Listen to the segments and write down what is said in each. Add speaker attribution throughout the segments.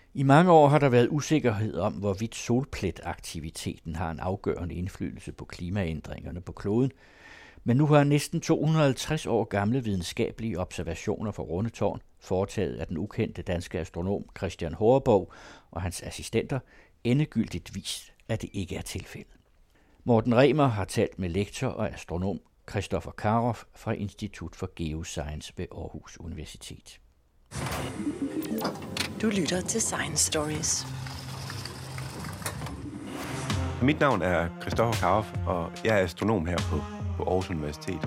Speaker 1: I mange år har der været usikkerhed om, hvorvidt solpletaktiviteten har en afgørende indflydelse på klimaændringerne på kloden, men nu har næsten 250 år gamle videnskabelige observationer fra Rundetårn, foretaget af den ukendte danske astronom Christian Horrebow og hans assistenter, endegyldigt vist, at det ikke er tilfældet. Morten Remer har talt med lektor og astronom Christoffer Karoff fra Institut for Geoscience ved Aarhus Universitet.
Speaker 2: Du lytter til Science Stories.
Speaker 3: Mit navn er Christoffer Karoff, og jeg er astronom her på Aarhus Universitet.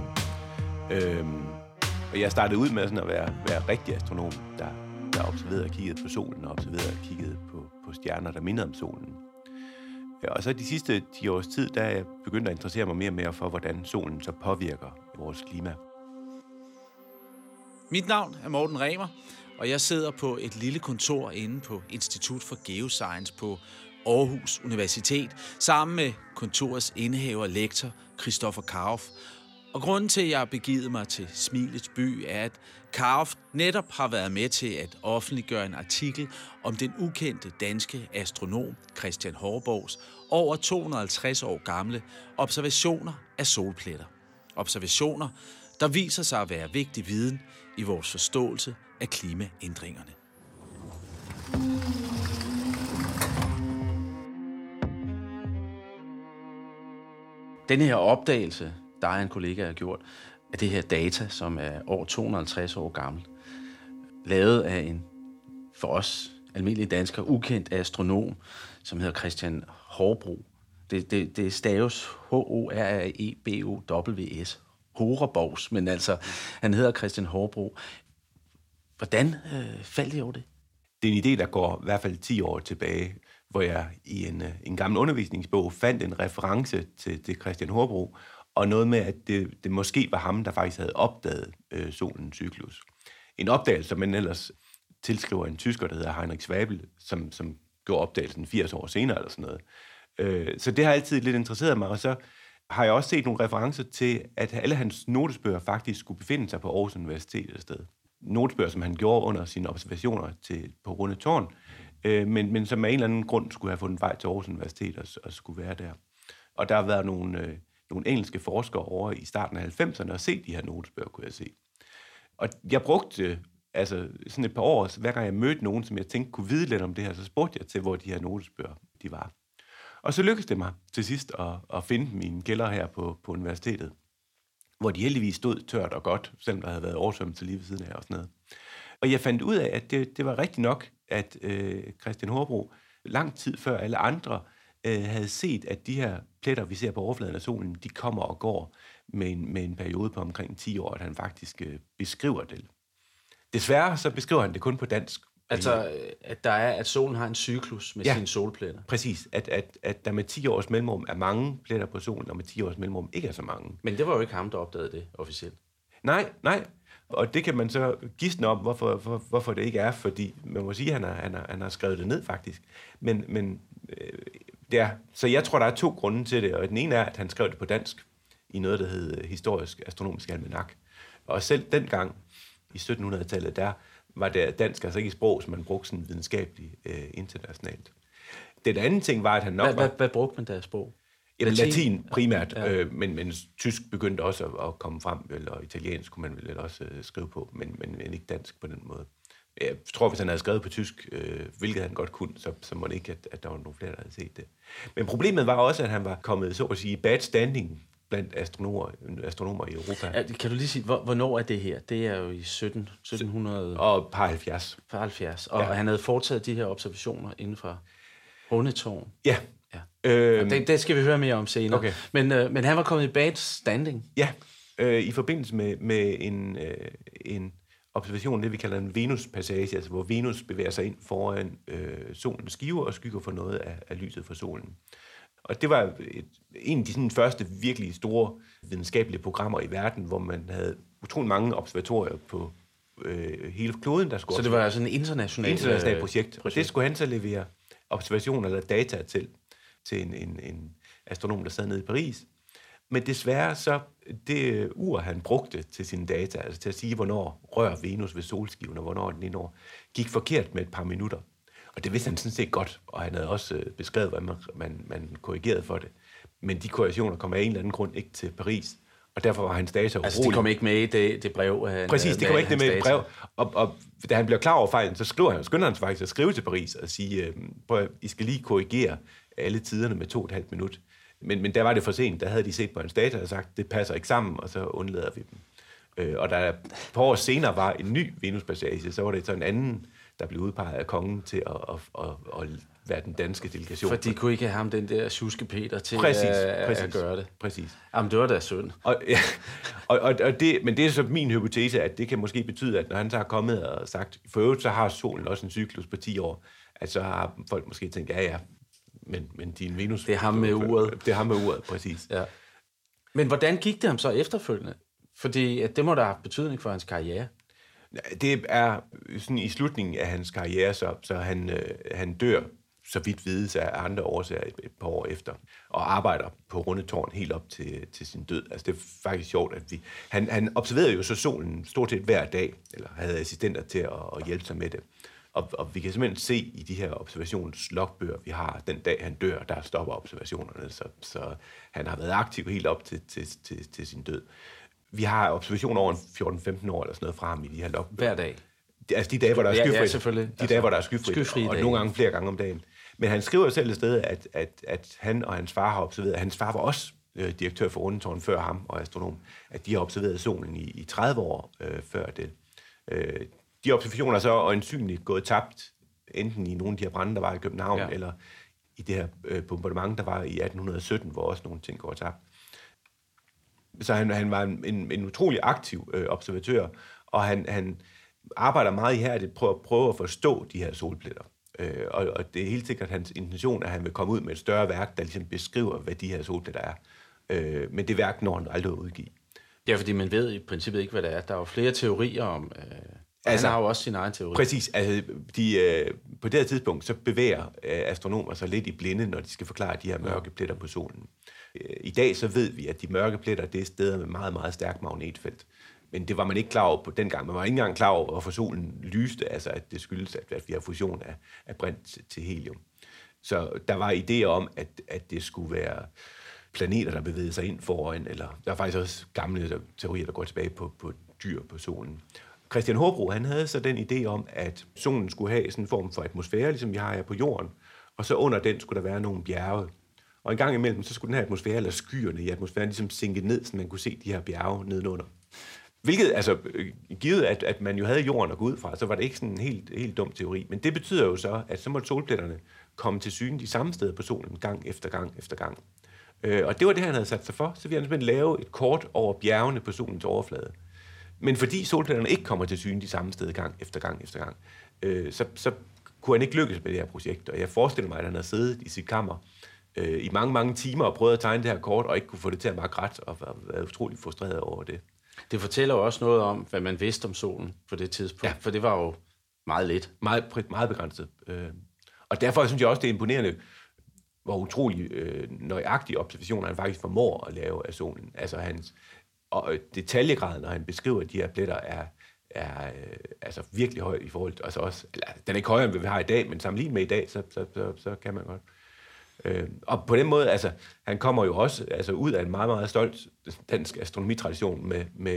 Speaker 3: Og jeg startede ud med sådan at være rigtig astronom, der observerede og kiggede på solen, og observerede og kiggede på stjerner, der mindede om solen. Og så de sidste 10 års tid, der er jeg begyndt at interessere mig mere og mere for, hvordan solen så påvirker vores klima.
Speaker 4: Mit navn er Morten Remer, og jeg sidder på et lille kontor inde på Institut for Geoscience på Aarhus Universitet, sammen med kontorets indehaver lektor Christoffer Karoff. Og grunden til, at jeg har begivet mig til Smilets by, er, at Karoff netop har været med til at offentliggøre en artikel om den ukendte danske astronom Christian Horrebows over 250 år gamle observationer af solpletter. Observationer, der viser sig at være vigtig viden i vores forståelse af klimaændringerne. Denne her opdagelse, der er en kollega har gjort, af det her data, som er over 250 år gammel, lavet af en for os almindelige dansker ukendt astronom, som hedder Christian Horrebow. Det staves H-O-R-R-E-B-O-W-S. Horrebows, men altså, han hedder Christian Horrebow. Hvordan faldt I over det?
Speaker 3: Det er en idé, der går i hvert fald 10 år tilbage, hvor jeg i en gammel undervisningsbog fandt en reference til Christian Horrebow, og noget med, at det måske var ham, der faktisk havde opdaget solens cyklus. En opdagelse, som man ellers tilskriver en tysker, der hedder Heinrich Swabe, som gjorde opdagelsen 80 år senere eller sådan noget. Så det har altid lidt interesseret mig, og så har jeg også set nogle referencer til, at alle hans notesbøger faktisk skulle befinde sig på Aarhus Universitet et sted. Notesbøger, som han gjorde under sine observationer på Rundetårn, men som af en eller anden grund skulle have fundet vej til Aarhus Universitet og skulle være der. Og der har været nogle engelske forskere over i starten af 90'erne og set de her notesbøger, kunne jeg se. Og jeg brugte sådan et par år, hver gang jeg mødte nogen, som jeg tænkte kunne vide lidt om det her, så spurgte jeg til, hvor de her notesbøger de var. Og så lykkedes det mig til sidst at finde dem i en kælder her på universitetet, hvor de heldigvis stod tørt og godt, selvom der havde været oversvømmelse lige ved siden af og sådan noget. Og jeg fandt ud af, at det var rigtigt nok, at Christian Horrebow lang tid før alle andre havde set, at de her pletter, vi ser på overfladen af solen, de kommer og går med en periode på omkring 10 år, at han faktisk beskriver det. Desværre så beskriver han det kun på dansk.
Speaker 4: Altså, at solen har en cyklus med sine solpletter.
Speaker 3: Præcis. At der med 10 års mellemrum er mange pletter på solen, og med 10 års mellemrum ikke er så mange.
Speaker 4: Men det var jo ikke ham, der opdagede det officielt.
Speaker 3: Nej. Og det kan man så gisne om, hvorfor det ikke er, fordi man må sige, at han har skrevet det ned faktisk. Men så jeg tror, der er 2 grunde til det, og den ene er, at han skrev det på dansk i noget, der hed Historisk Astronomisk Almanak. Og selv dengang i 1700-tallet, der var det dansk altså ikke et sprog, som man brugte sådan videnskabeligt internationalt. Den anden ting var, at han nok
Speaker 4: Hvad brugte man der sprog?
Speaker 3: Latin primært, ja. Men tysk begyndte også at komme frem, eller italiensk kunne man vel også skrive på, men ikke dansk på den måde. Jeg tror, hvis han havde skrevet på tysk, hvilket han godt kunne, så må det ikke, at der var nogle flere, der havde set det. Men problemet var også, at han var kommet, så at sige, bad standing blandt astronomer i Europa.
Speaker 4: Ja, kan du lige sige, hvornår er det her? Det er jo i 1700...
Speaker 3: Og par 70.
Speaker 4: Par 70. Og han havde foretaget de her observationer inden for Rundetårn.
Speaker 3: Ja.
Speaker 4: Det skal vi høre mere om senere.
Speaker 3: Okay.
Speaker 4: Men han var kommet i bad standing.
Speaker 3: Ja, i forbindelse med en observation, det vi kalder en Venus-passage, altså hvor Venus bevæger sig ind foran solens skive og skygger for noget af lyset fra solen. Og det var en af de sådan, første virkelig store videnskabelige programmer i verden, hvor man havde utrolig mange observatorier på hele kloden. Der skulle
Speaker 4: så det var altså en international
Speaker 3: projekt. Og det skulle han så levere observationer eller data til en astronom, der sad nede i Paris. Men desværre så det ur, han brugte til sine data, altså til at sige, hvornår rører Venus ved solskiven, og hvornår den indår, gik forkert med et par minutter. Og det vidste han sådan set godt, og han havde også beskrevet, hvordan man korrigerede for det. Men de korrektioner kom af en eller anden grund ikke til Paris, og derfor var hans data urolig.
Speaker 4: Altså, de kom ikke med i det brev?
Speaker 3: Præcis, de kom ikke med i det brev. Og da han blev klar over fejlen, så skynder han faktisk at skrive til Paris og sige, prøv, I skal lige korrigere alle tiderne med 2,5 minut. Men der var det for sent, der havde de set på hans data og sagt, det passer ikke sammen, og så undlader vi dem. Og da et par år senere var en ny Venuspassage, så var det så en anden, der blev udpeget af kongen til at være den danske delegation.
Speaker 4: For de kunne ikke have ham, den der Sjuske Peter, til at gøre det.
Speaker 3: Præcis.
Speaker 4: Jamen, det var da synd.
Speaker 3: Men det er så min hypotese, at det kan måske betyde, at når han så har kommet og sagt, for øvrigt så har solen også en cyklus på 10 år, at så har folk måske tænkt, ja, men din Venus...
Speaker 4: Det er ham med uret.
Speaker 3: Det er ham med uret, præcis. Ja.
Speaker 4: Men hvordan gik det ham så efterfølgende? Fordi at det må da have betydning for hans karriere.
Speaker 3: Det er sådan i slutningen af hans karriere, så han dør, så vidt vides af andre årsager et par år efter, og arbejder på Rundetårn helt op til sin død. Altså det er faktisk sjovt, at han observerede jo så solen stort set hver dag, eller havde assistenter til at hjælpe sig med det. Og vi kan simpelthen se i de her observationslogbøger, vi har den dag, han dør, der stopper observationerne, så han har været aktiv helt op til sin død. Vi har observationer over 14-15 år eller sådan noget fra ham i de her logbøger.
Speaker 4: Hver dag?
Speaker 3: Altså de dage, hvor der er skyfrit.
Speaker 4: Ja, selvfølgelig.
Speaker 3: De dage, hvor der er skyfrit, og nogle gange flere gange om dagen. Men han skriver selv et sted, at han og hans far har observeret, at hans far var også direktør for Rundetårn før ham og astronom, at de har observeret solen i 30 år før det. De observationer er så øjensynligt gået tabt, enten i nogle af de her brande, der var i København, eller i det her bombardement, der var i 1817, hvor også nogle ting går tabt. Så han var en utrolig aktiv observatør, og han arbejder meget ihærdigt på at prøve at forstå de her solpletter. Og det er helt sikkert hans intention, at han vil komme ud med et større værk, der ligesom beskriver, hvad de her solpletter er. Men det værk når han aldrig at udgive.
Speaker 4: Ja, fordi man ved i princippet ikke, hvad det er. Der er jo flere teorier om... Altså, han har jo også sin egen teori.
Speaker 3: Præcis. Altså, på det her tidspunkt, så bevæger astronomer sig lidt i blinde, når de skal forklare de her mørke pletter på solen. I dag så ved vi, at de mørke pletter, det er steder med meget, meget stærkt magnetfelt. Men det var man ikke klar over på dengang. Man var ikke engang klar over, hvorfor solen lyste, altså at det skyldes, at vi har fusion af brint til helium. Så der var idéer om, at det skulle være planeter, der bevægede sig ind foran, eller der er faktisk også gamle teorier, der går tilbage på dyr på solen. Christian Hobro, han havde så den idé om, at solen skulle have sådan en form for atmosfære, ligesom vi har her på jorden, og så under den skulle der være nogle bjerge. Og en gang imellem, så skulle den her atmosfære, eller skyerne i atmosfæren, ligesom sænke ned, så man kunne se de her bjerge nedenunder. Hvilket, altså, givet at man jo havde jorden at gå ud fra, så var det ikke sådan en helt dum teori. Men det betyder jo så, at så må solpletterne komme til syne de samme steder på solen, gang efter gang efter gang. Og det var det, han havde sat sig for, så vi havde simpelthen lavet et kort over bjergene på solens overflade. Men fordi solpletterne ikke kommer til syne de samme steder gang efter gang efter gang, så kunne han ikke lykkes med det her projekt. Og jeg forestiller mig, at han havde siddet i sit kammer i mange, mange timer og prøvet at tegne det her kort, og ikke kunne få det til at makke ret, og været utrolig frustreret over det.
Speaker 4: Det fortæller jo også noget om, hvad man vidste om solen på det tidspunkt, for det var jo meget lidt.
Speaker 3: Meget begrænset. Og derfor synes jeg også, det er imponerende, hvor utrolig nøjagtige observationer han faktisk formår at lave af solen. Altså hans detaljegraden, når han beskriver de her pletter, er altså virkelig høj i forhold til, altså også, den er ikke højere, end vi har i dag, men sammenlignet med i dag, så kan man godt. Og på den måde, altså, han kommer jo også ud af en meget, meget stolt dansk astronomitradition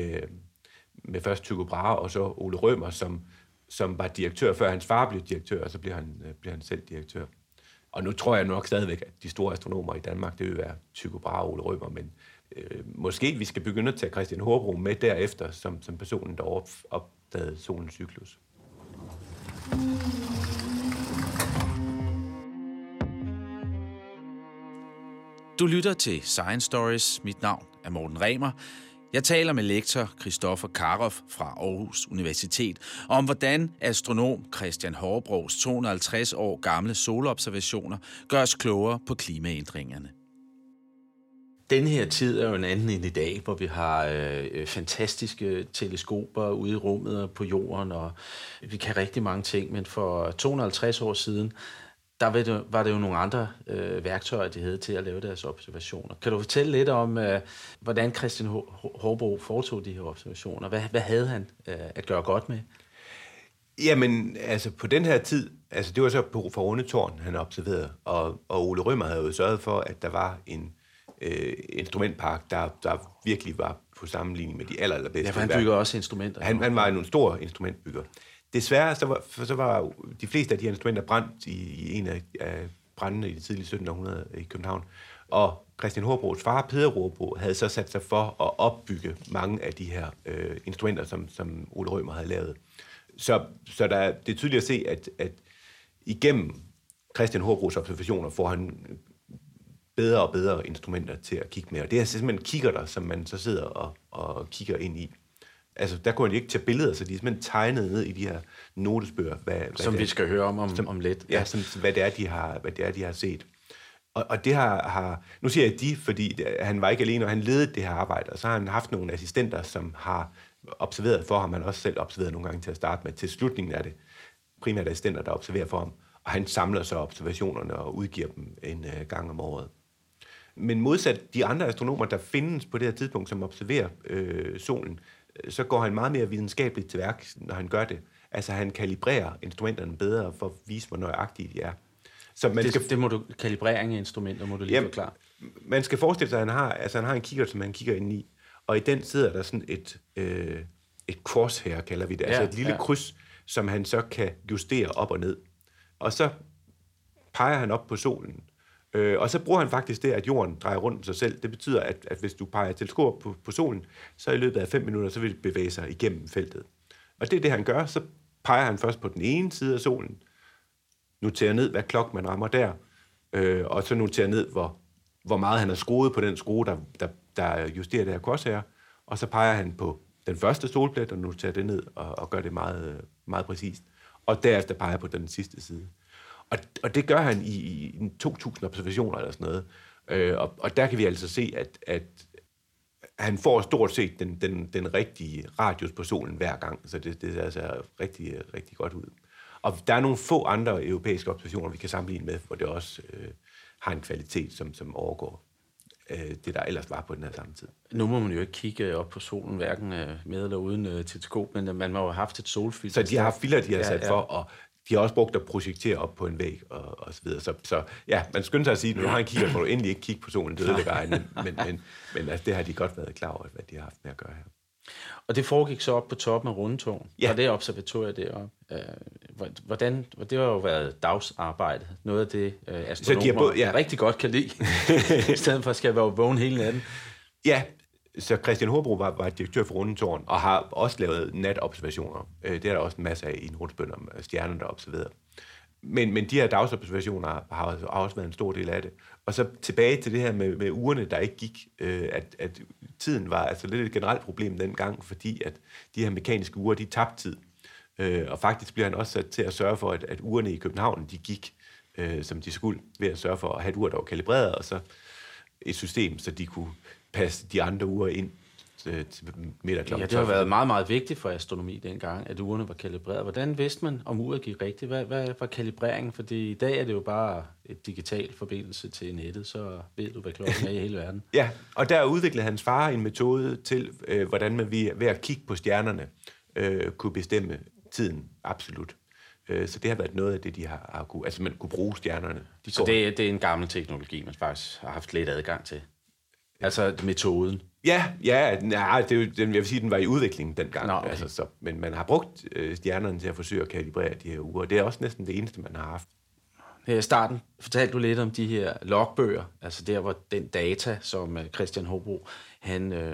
Speaker 3: med først Tycho Brahe og så Ole Rømer, som var direktør, før hans far blev direktør, og så bliver han selv direktør. Og nu tror jeg nok stadigvæk, at de store astronomer i Danmark, det vil være Tycho Brahe og Ole Rømer, men måske vi skal begynde at tage Christian Hobro med derefter, som personen, der opdagede solens cyklus.
Speaker 4: Du lytter til Science Stories. Mit navn er Morten Remer. Jeg taler med lektor Christoffer Karoff fra Aarhus Universitet om, hvordan astronom Christian Hobros 250 år gamle solobservationer gør os klogere på klimaændringerne. Den her tid er jo en anden end i dag, hvor vi har fantastiske teleskoper ude i rummet og på jorden, og vi kan rigtig mange ting, men for 250 år siden, der var det jo nogle andre værktøjer, de havde til at lave deres observationer. Kan du fortælle lidt om, hvordan Christian Hobro foretog de her observationer? Hvad havde han at gøre godt med?
Speaker 3: Jamen, altså på den her tid, altså det var så fra Rundetårn, han observerede, og Ole Rømer havde jo sørget for, at der var en instrumentpark, der virkelig var på sammenligning med de allerbedste.
Speaker 4: Ja, for han bygger også instrumenter.
Speaker 3: Han var en stor instrumentbygger. Desværre så var de fleste af de instrumenter brændt i en af brændene i det tidlige 1700 i København. Og Christian Hobros far, Peder Hobro, havde så sat sig for at opbygge mange af de her instrumenter, som Ole Rømer havde lavet. Så det er tydeligt at se, at igennem Christian Hobros observationer får han bedre og bedre instrumenter til at kigge med. Og det er simpelthen kikkerter, som man så sidder og kigger ind i. Altså, der kunne han ikke tage billeder, så de er simpelthen tegnet ned i de her notesbøger.
Speaker 4: Som vi skal høre om lidt.
Speaker 3: Ja, hvad det er, de har set. Og det har... Nu siger jeg de, fordi han var ikke alene, og han ledede det her arbejde, og så har han haft nogle assistenter, som har observeret for ham. Han har også selv observeret nogle gange til at starte med. Til slutningen er det primært assistenter, der observerer for ham. Og han samler så observationerne og udgiver dem en gang om året. Men modsat de andre astronomer, der findes på det her tidspunkt, som observerer solen, så går han meget mere videnskabeligt til værk, når han gør det. Altså han kalibrerer instrumenterne bedre for at vise, hvor nøjagtige de er. Så man
Speaker 4: det må du, kalibrering af instrumenter, må du lige forklare.
Speaker 3: Man skal forestille sig, at han har en kikkert, som han kigger ind i, og i den sidder der sådan et crosshair, kalder vi det, altså et lille kryds, som han så kan justere op og ned. Og så peger han op på solen, og så bruger han faktisk det, at jorden drejer rundt sig selv. Det betyder, at hvis du peger teleskop på solen, så i løbet af 5 minutter, så vil det bevæge sig igennem feltet. Og det er det, han gør. Så peger han først på den ene side af solen, noterer ned, hvad klok man rammer der, og så noterer ned, hvor meget han har skruet på den skrue, der justerer det her crosshair, og så peger han på den første solplet, og noterer det ned, og gør det meget, meget præcist. Og derefter peger på den sidste side. Og det gør han i 2.000 observationer eller sådan noget. Og der kan vi altså se, at han får stort set den rigtige radius på solen hver gang, så det ser altså rigtig, rigtig godt ud. Og der er nogle få andre europæiske observationer, vi kan sammenligne med, hvor det også har en kvalitet, som overgår det, der ellers var på den her samme tid.
Speaker 4: Nu må man jo ikke kigge op på solen, hverken med eller uden teleskop, men man må jo have haft et solfilter.
Speaker 3: Så de har haft filter, de har sat for, og de har også brugt at projektere op på en væg og så videre. Så ja, man skynder sig at sige, at når du har en kigger, må du endelig ikke kigge på solen, det ødelægger egen, men altså, det har de godt været klar over, hvad de har haft med at gøre her.
Speaker 4: Og det foregik så op på toppen af Rundetårn, og det observatoriet deroppe. Hvordan, det har jo været dagsarbejde, noget af det astronomer rigtig godt kan lide, i stedet for at skal være vågen hele natten.
Speaker 3: Ja, så Christian Hobro var direktør for Rundetårn, og har også lavet natobservationer. Det er der også en masse af i Nordbøn om stjernerne, der er observeret. Men de her dagsobservationer har også været en stor del af det. Og så tilbage til det her med ugerne, der ikke gik, at tiden var altså lidt et generelt problem dengang, fordi at de her mekaniske uger, de tabte tid. Og faktisk bliver han også sat til at sørge for, at ugerne i København, de gik, som de skulle, ved at sørge for at have et ur, der var kalibreret, og så et system, så de kunne passe de andre uger ind til middag klokken.
Speaker 4: Ja, det har været meget, meget vigtigt for astronomi dengang, at ugerne var kalibreret. Hvordan vidste man, om uret gik rigtigt? Hvad var kalibreringen? Fordi i dag er det jo bare et digital forbindelse til nettet, så ved du, hvad klokken er i hele verden.
Speaker 3: Ja, og der udviklede hans far en metode til, hvordan man ved at kigge på stjernerne kunne bestemme tiden absolut. Så det har været noget af det, de har kunne... Altså, man kunne bruge stjernerne.
Speaker 4: Så det er en gammel teknologi, man faktisk har haft lidt adgang til? Altså metoden?
Speaker 3: Ja, det er jo, jeg vil sige, den var i udvikling dengang.
Speaker 4: Okay.
Speaker 3: Altså, men man har brugt stjernerne til at forsøge at kalibrere de her uger. Det er også næsten det eneste, man har haft.
Speaker 4: Her i starten fortalte du lidt om de her logbøger, altså der, hvor den data, som Christian Hobro, han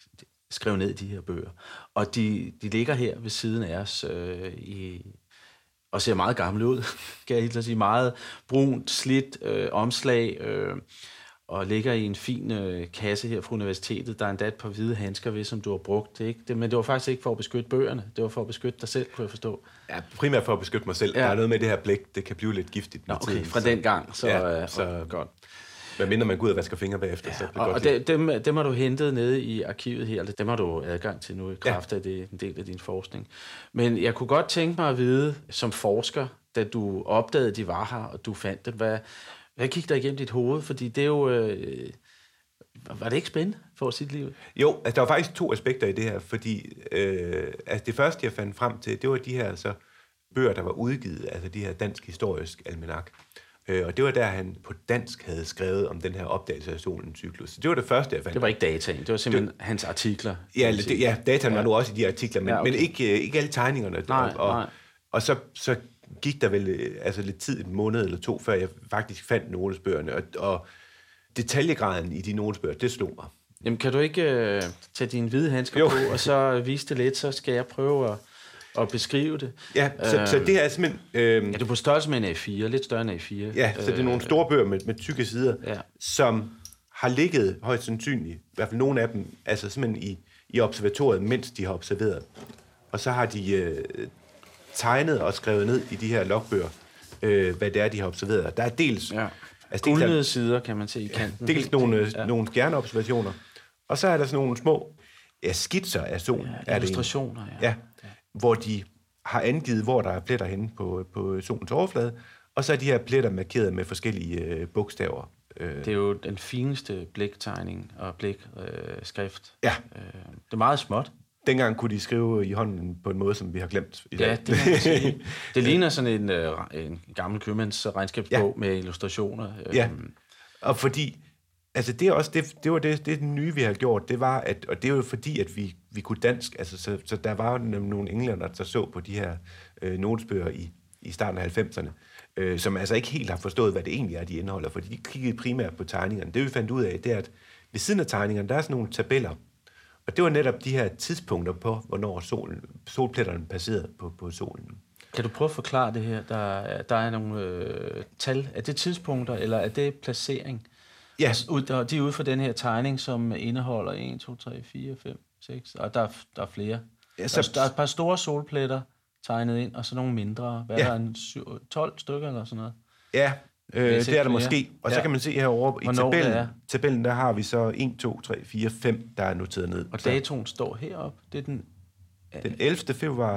Speaker 4: skrev ned i de her bøger. Og de ligger her ved siden af os og ser meget gamle ud, kan jeg helt sige. Meget brunt, slidt omslag, og ligger i en fin kasse her fra universitetet. Der er endda et par hvide handsker ved, som du har brugt. Men det var faktisk ikke for at beskytte bøgerne. Det var for at beskytte dig selv, kunne jeg forstå. Ja,
Speaker 3: primært for at beskytte mig selv. Ja. Der er noget med det her blæk, det kan blive lidt giftigt med tiden.
Speaker 4: Fra den gang,
Speaker 3: så godt. Hvad mindre man går ud og vasker fingre bagefter, så det
Speaker 4: godt. Og dem har du hentet nede i arkivet her, dem har du adgang til nu i kraft af det, en del af din forskning. Men jeg kunne godt tænke mig at vide, som forsker, da du opdagede, de var her, og du fandt det, hvad gik der igennem dit hoved? Fordi det er jo... var det ikke spændende for sit liv?
Speaker 3: Jo, altså der var faktisk 2 aspekter i det her, fordi altså det første, jeg fandt frem til, det var de her så bøger, der var udgivet, altså de her Dansk Historisk Almanak. Og det var der, han på dansk havde skrevet om den her opdagelse af solens cyklus. Så det var det første, jeg fandt.
Speaker 4: Det var ikke dataen, det var simpelthen hans artikler.
Speaker 3: Ja, dataen var nu også i de artikler, men, men ikke alle tegningerne.
Speaker 4: Nej.
Speaker 3: Og så gik der vel altså lidt tid, en måned eller to, før jeg faktisk fandt notesbøgerne. Og detaljegraden i de notesbøger, det slog mig.
Speaker 4: Jamen, kan du ikke tage dine hvide handsker på, og så vise det lidt, så skal jeg prøve at beskrive det.
Speaker 3: Ja, så det er simpelthen...
Speaker 4: det er på størrelse med en A4, lidt større end A4.
Speaker 3: Ja, så det er nogle store bøger med tykke sider, som har ligget højst sandsynligt, i hvert fald nogle af dem, altså simpelthen i observatoriet, mens de har observeret. Og så har de tegnet og skrevet ned i de her logbøger, hvad det er, de har observeret. Der er dels...
Speaker 4: Ja. Altså, guldnede sider, kan man se i kanten.
Speaker 3: Dels nogle stjerneobservationer, og så er der sådan nogle små skitser af solen.
Speaker 4: Ja, illustrationer,
Speaker 3: ja. Hvor de har angivet, hvor der er pletter henne på solens overflade, og så er de her pletter markeret med forskellige bogstaver.
Speaker 4: Det er jo den fineste blæktegning og blækskrift.
Speaker 3: Ja.
Speaker 4: Det er meget småt.
Speaker 3: Dengang kunne de skrive i hånden på en måde, som vi har glemt i dag.
Speaker 4: Ja, det kan man sige. Det ligner sådan en gammel købmands regnskabsbog med illustrationer.
Speaker 3: Ja, og fordi... Altså det er også det var det nye, vi har gjort, det var, og det er jo fordi, at vi kunne dansk, altså så der var nogle englænder, der så på de her notesbøger i starten af 90'erne, som altså ikke helt har forstået, hvad det egentlig er, de indeholder, fordi de kiggede primært på tegningerne. Det vi fandt ud af, det er, at ved siden af tegningerne, der er sådan nogle tabeller, og det var netop de her tidspunkter på, hvornår solpletterne passerede på solen.
Speaker 4: Kan du prøve at forklare det her? Der er nogle tal. Er det tidspunkter, eller er det placering?
Speaker 3: Ja.
Speaker 4: De er ude for den her tegning, som indeholder 1, 2, 3, 4, 5, 6, og der er flere. Ja, der er et par store solpletter tegnet ind, og så nogle mindre. Hvad er der, 12 stykker eller sådan noget?
Speaker 3: Ja, det er der måske. Og så kan man se herovre i tabellen, der har vi så 1, 2, 3, 4, 5, der er noteret ned.
Speaker 4: Og datoen står heroppe. Det er den
Speaker 3: 11. februar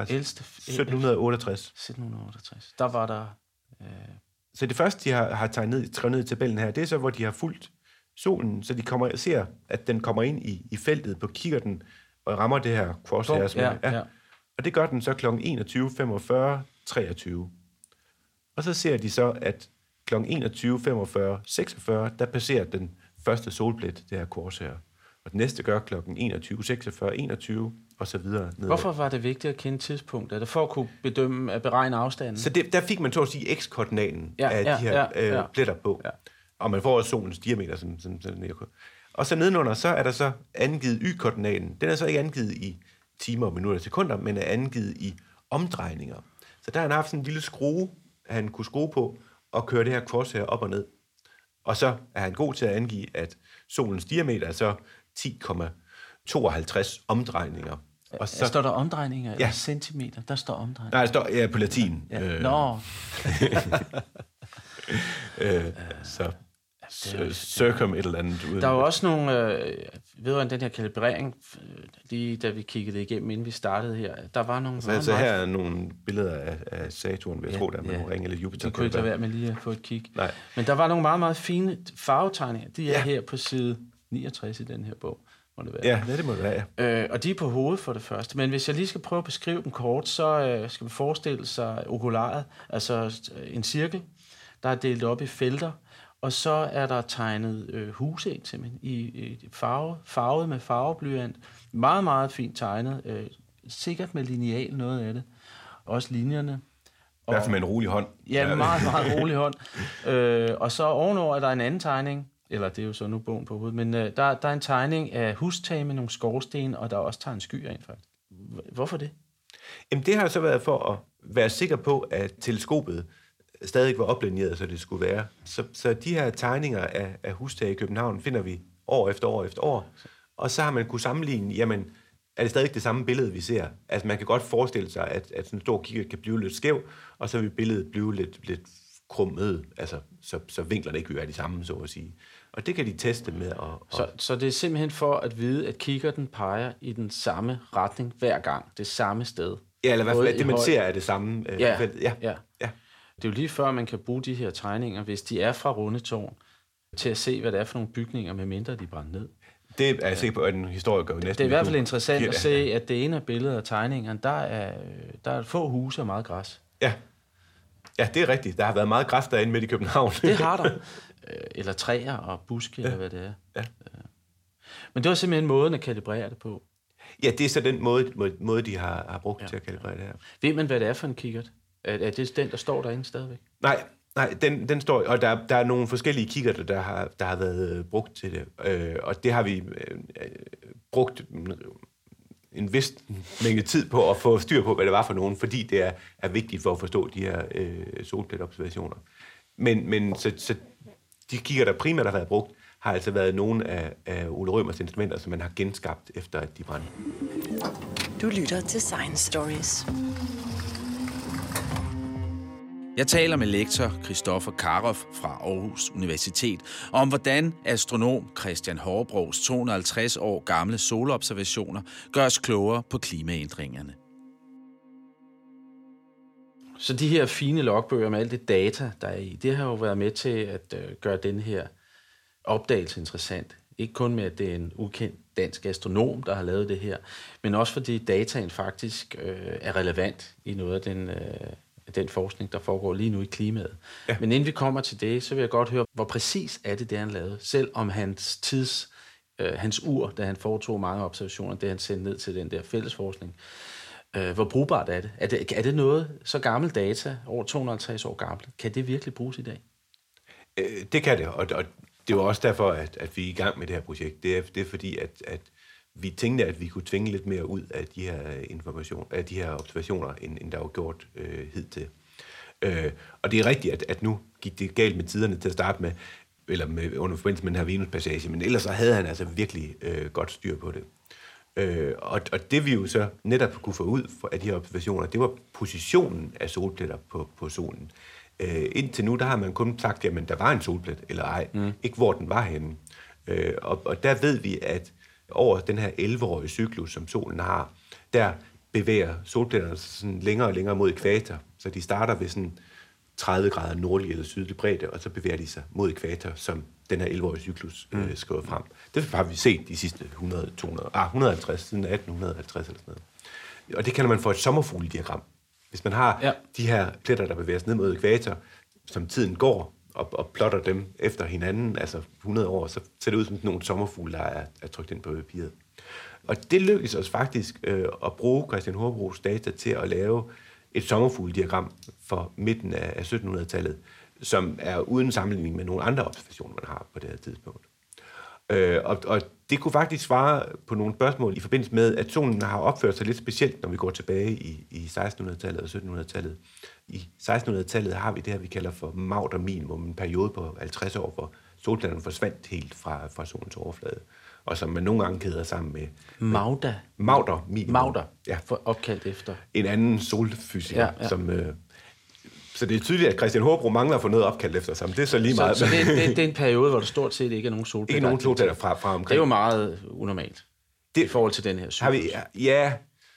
Speaker 3: 1768.
Speaker 4: 1768. Der var der...
Speaker 3: Så det første, de har skrevet ned i tabellen her, det er så, hvor de har fulgt solen, så de ser, at den kommer ind i feltet på kikkerten og rammer det her crosshair. Ja. Og det gør den så kl. 21.45, 23. Og så ser de så, at kl. 21.45, 46, der passerer den første solplet, det her crosshair. Og den næste gør kl. 21.46, 21 og så videre.
Speaker 4: Hvorfor var det vigtigt at kende tidspunkt? Er det for at kunne beregne afstanden?
Speaker 3: Så der fik man så at sige x-koordinaten af de her pletter på. Ja. Og man får også solens diameter. Og så nedenunder, så er der så angivet y-koordinaten. Den er så ikke angivet i timer, minutter og sekunder, men er angivet i omdrejninger. Så der har han haft sådan en lille skrue, han kunne skrue på og køre det her crosshair op og ned. Og så er han god til at angive, at solens diameter er så 10,52 omdrejninger. Og så
Speaker 4: står der omdrejninger eller centimeter? Der står omdrejninger.
Speaker 3: Nej, der står på latin.
Speaker 4: Nå.
Speaker 3: Så circum et eller andet.
Speaker 4: Der er jo også nogle, vedrørende den her kalibrering, lige da vi kiggede igennem, inden vi startede her, der var nogle...
Speaker 3: Så her er nogle billeder af Saturn, vil jeg tro, der med nogle ringe eller Jupiter.
Speaker 4: Det kunne ikke lade være med lige at få et kig.
Speaker 3: Nej.
Speaker 4: Men der var nogle meget, meget fine farvetegninger. De er her på side 69 i den her bog. Må det være.
Speaker 3: Ja, det må det være.
Speaker 4: Og de er på hovedet for det første. Men hvis jeg lige skal prøve at beskrive dem kort, så skal vi forestille sig okularet, altså en cirkel, der er delt op i felter, og så er der tegnet huse simpelthen i farvet med farveblyant. Meget, meget fint tegnet. Sikkert med lineal noget af det. Også linjerne.
Speaker 3: I hvert fald med en rolig hånd.
Speaker 4: Ja, meget, meget rolig hånd. Og så ovenover er der en anden tegning, eller det er jo så nu bogen på hovedet, men der er en tegning af hustage med nogle skorsten, og der er også tegnet skyer ind faktisk. Hvorfor det?
Speaker 3: Jamen det har så været for at være sikker på, at teleskopet stadig var oplinjeret, så det skulle være. Så de her tegninger af hustage i København finder vi år efter år efter år. Og så har man kunne sammenligne, jamen, er det stadig det samme billede, vi ser? Altså man kan godt forestille sig, at sådan en stor kikkert kan blive lidt skæv, og så vil billedet blive lidt krummet, altså så vinklerne ikke vil være de samme, så at sige. Og det kan de teste med.
Speaker 4: Så det er simpelthen for at vide, at kikkerten peger i den samme retning hver gang, det samme sted.
Speaker 3: Ja, eller i hvert fald, at det man ser er det samme.
Speaker 4: Ja. Det er jo lige før, man kan bruge de her tegninger, hvis de er fra Rundetårn, til at se, hvad det er for nogle bygninger, med mindre de brænder ned.
Speaker 3: Det er jeg sikker på, at en historiker næsten...
Speaker 4: Det er i hvert fald interessant at se, at det ene af billedet af tegningerne, der er få huse og meget græs.
Speaker 3: Ja, det er rigtigt. Der har været meget græs derinde midt i København.
Speaker 4: Det har der. Eller træer og buske, eller hvad det er.
Speaker 3: Ja.
Speaker 4: Men det var simpelthen måden at kalibrere det på.
Speaker 3: Ja, det er så den måde de har brugt til at kalibrere det her.
Speaker 4: Ved man, hvad det er for en kikkert? Er det den, der står derinde stadigvæk?
Speaker 3: Nej, den står... Og der er nogle forskellige kikkerter, der har været brugt til det. Og det har vi brugt en vis mængde tid på at få styr på, hvad det var for nogen, fordi det er vigtigt for at forstå de her solpletobservationer. Men så de kikkerter, der primært har været brugt, har altså været nogle af Ole Rømers instrumenter, som man har genskabt efter, at de brændte.
Speaker 2: Du lytter til Science Stories.
Speaker 4: Jeg taler med lektor Christoffer Karoff fra Aarhus Universitet om, hvordan astronom Christian Harbrogs 250 år gamle solobservationer gør os klogere på klimaændringerne. Så de her fine logbøger med alt det data, der er i, det har jo været med til at gøre den her opdagelse interessant. Ikke kun med, at det er en ukendt dansk astronom, der har lavet det her, men også fordi dataen faktisk er relevant i noget af den forskning, der foregår lige nu i klimaet. Ja. Men inden vi kommer til det, så vil jeg godt høre, hvor præcis er det han lavede, selv om hans ur, da han foretog mange observationer, det han sendte ned til den der fællesforskning. Hvor brugbart er det? Er det noget så gammel data, over 250 år gammelt? Kan det virkelig bruges i dag?
Speaker 3: Det kan det, og det er jo også derfor, at vi er i gang med det her projekt. Det er fordi, at vi tænkte, at vi kunne tvinge lidt mere ud af de her de her observationer, end der var gjort hidtil. Og det er rigtigt, at nu gik det galt med tiderne til at starte med, eller under forbindelse med den her Venus-passage, men ellers så havde han altså virkelig godt styr på det. Og det vi jo så netop kunne få ud af de her observationer, det var positionen af solpletter på solen. Indtil nu, der har man kun sagt, jamen der var en solplet, eller ej. Ikke hvor den var henne. Og der ved vi, at over den her 11-årige cyklus, som solen har, der bevæger solpletterne sådan længere og længere mod ækvator. Så de starter ved sådan 30 grader nordlig eller sydlig bredde, og så bevæger de sig mod ækvator, som den her 11-årige cyklus skriver frem. Det har vi set de sidste 150, siden 1850 eller sådan noget. Og det kalder man for et sommerfuglediagram. Hvis man har de her pletter, der bevæger sig ned mod ækvator, som tiden går, og plotter dem efter hinanden, altså 100 år, så ser det ud som nogle sommerfugle, der er trykt ind på papiret. Og det lykkedes os faktisk at bruge Christian Harbrogs data til at lave et sommerfuglediagram for midten af 1700-tallet, som er uden sammenligning med nogle andre observationer, man har på det her tidspunkt. Og det kunne faktisk svare på nogle spørgsmål i forbindelse med, at solen har opført sig lidt specielt, når vi går tilbage i 1600-tallet og 1700-tallet. I 1600-tallet har vi det her, vi kalder for Maunder-minimum, en periode på 50 år, hvor solpletterne forsvandt helt fra solens overflade, og som man nogle gange kæder sammen med Maunder-minimum.
Speaker 4: Maunder, ja. For opkaldt efter
Speaker 3: en anden solfysiker, som... Så det er tydeligt, at Christian Harbro mangler at få noget opkaldt efter sig. Det er så lige meget.
Speaker 4: Så det er en periode, hvor der stort set ikke er nogen solpletter.
Speaker 3: Ikke nogen solpletter fra omkring.
Speaker 4: Det er jo meget unormalt i forhold til den her cyklus.
Speaker 3: Ja,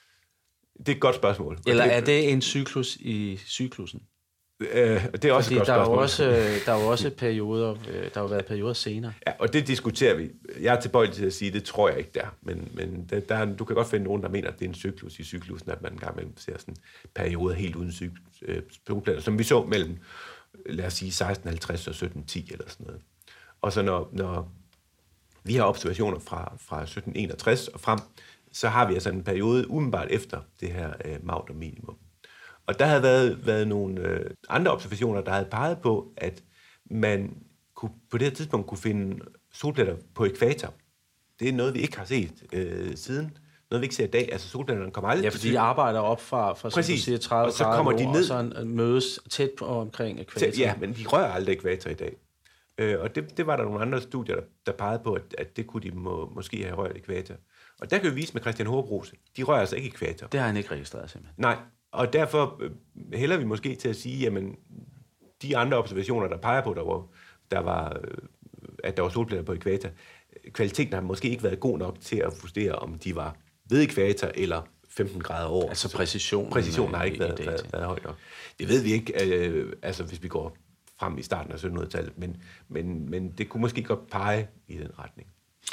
Speaker 3: det er et godt spørgsmål.
Speaker 4: Eller er det en cyklus i cyklusen?
Speaker 3: Det er også
Speaker 4: fordi
Speaker 3: et godt spørgsmål.
Speaker 4: Der er jo også perioder, der har været perioder senere.
Speaker 3: Ja, og det diskuterer vi. Jeg er tilbøjelig til at sige, det tror jeg ikke der. Men du kan godt finde nogen, der mener, at det er en cyklus i cyklusen, at man engang imellem ser sådan perioder helt uden solpletter, som vi så mellem, lad os sige, 1650 og 1710 eller sådan noget. Og så når vi har observationer fra 1761 og frem, så har vi altså en periode umiddelbart efter det her Maunder-minimum. Og der havde været nogle andre observationer, der havde peget på, at man på det her tidspunkt kunne finde solpletter på ækvator. Det er noget, vi ikke har set siden. Noget, vi ikke ser i dag. Altså solpletterne kommer aldrig
Speaker 4: til. Ja, for de arbejder op fra som du siger, 30
Speaker 3: og så kommer de ned,
Speaker 4: og så mødes tæt på omkring ækvator.
Speaker 3: Ja, men de rører aldrig ækvator i dag. Og det var der nogle andre studier, der pegede på, at det kunne de måske have rørt ækvator. Og der kan vi vise med Christian Harbros, de rører altså ikke ækvator.
Speaker 4: Det har han ikke registreret simpelthen.
Speaker 3: Nej. Og derfor hælder vi måske til at sige, jamen, de andre observationer, der peger på, at der var solpletter på ækvator, kvaliteten har måske ikke været god nok til at justere, om de var ved ækvator eller 15 grader over.
Speaker 4: Altså præcisionen.
Speaker 3: Præcisionen har ikke været høj nok. Det ved vi ikke, altså hvis vi går frem i starten af 1700-tallet, men det kunne måske godt pege i den retning.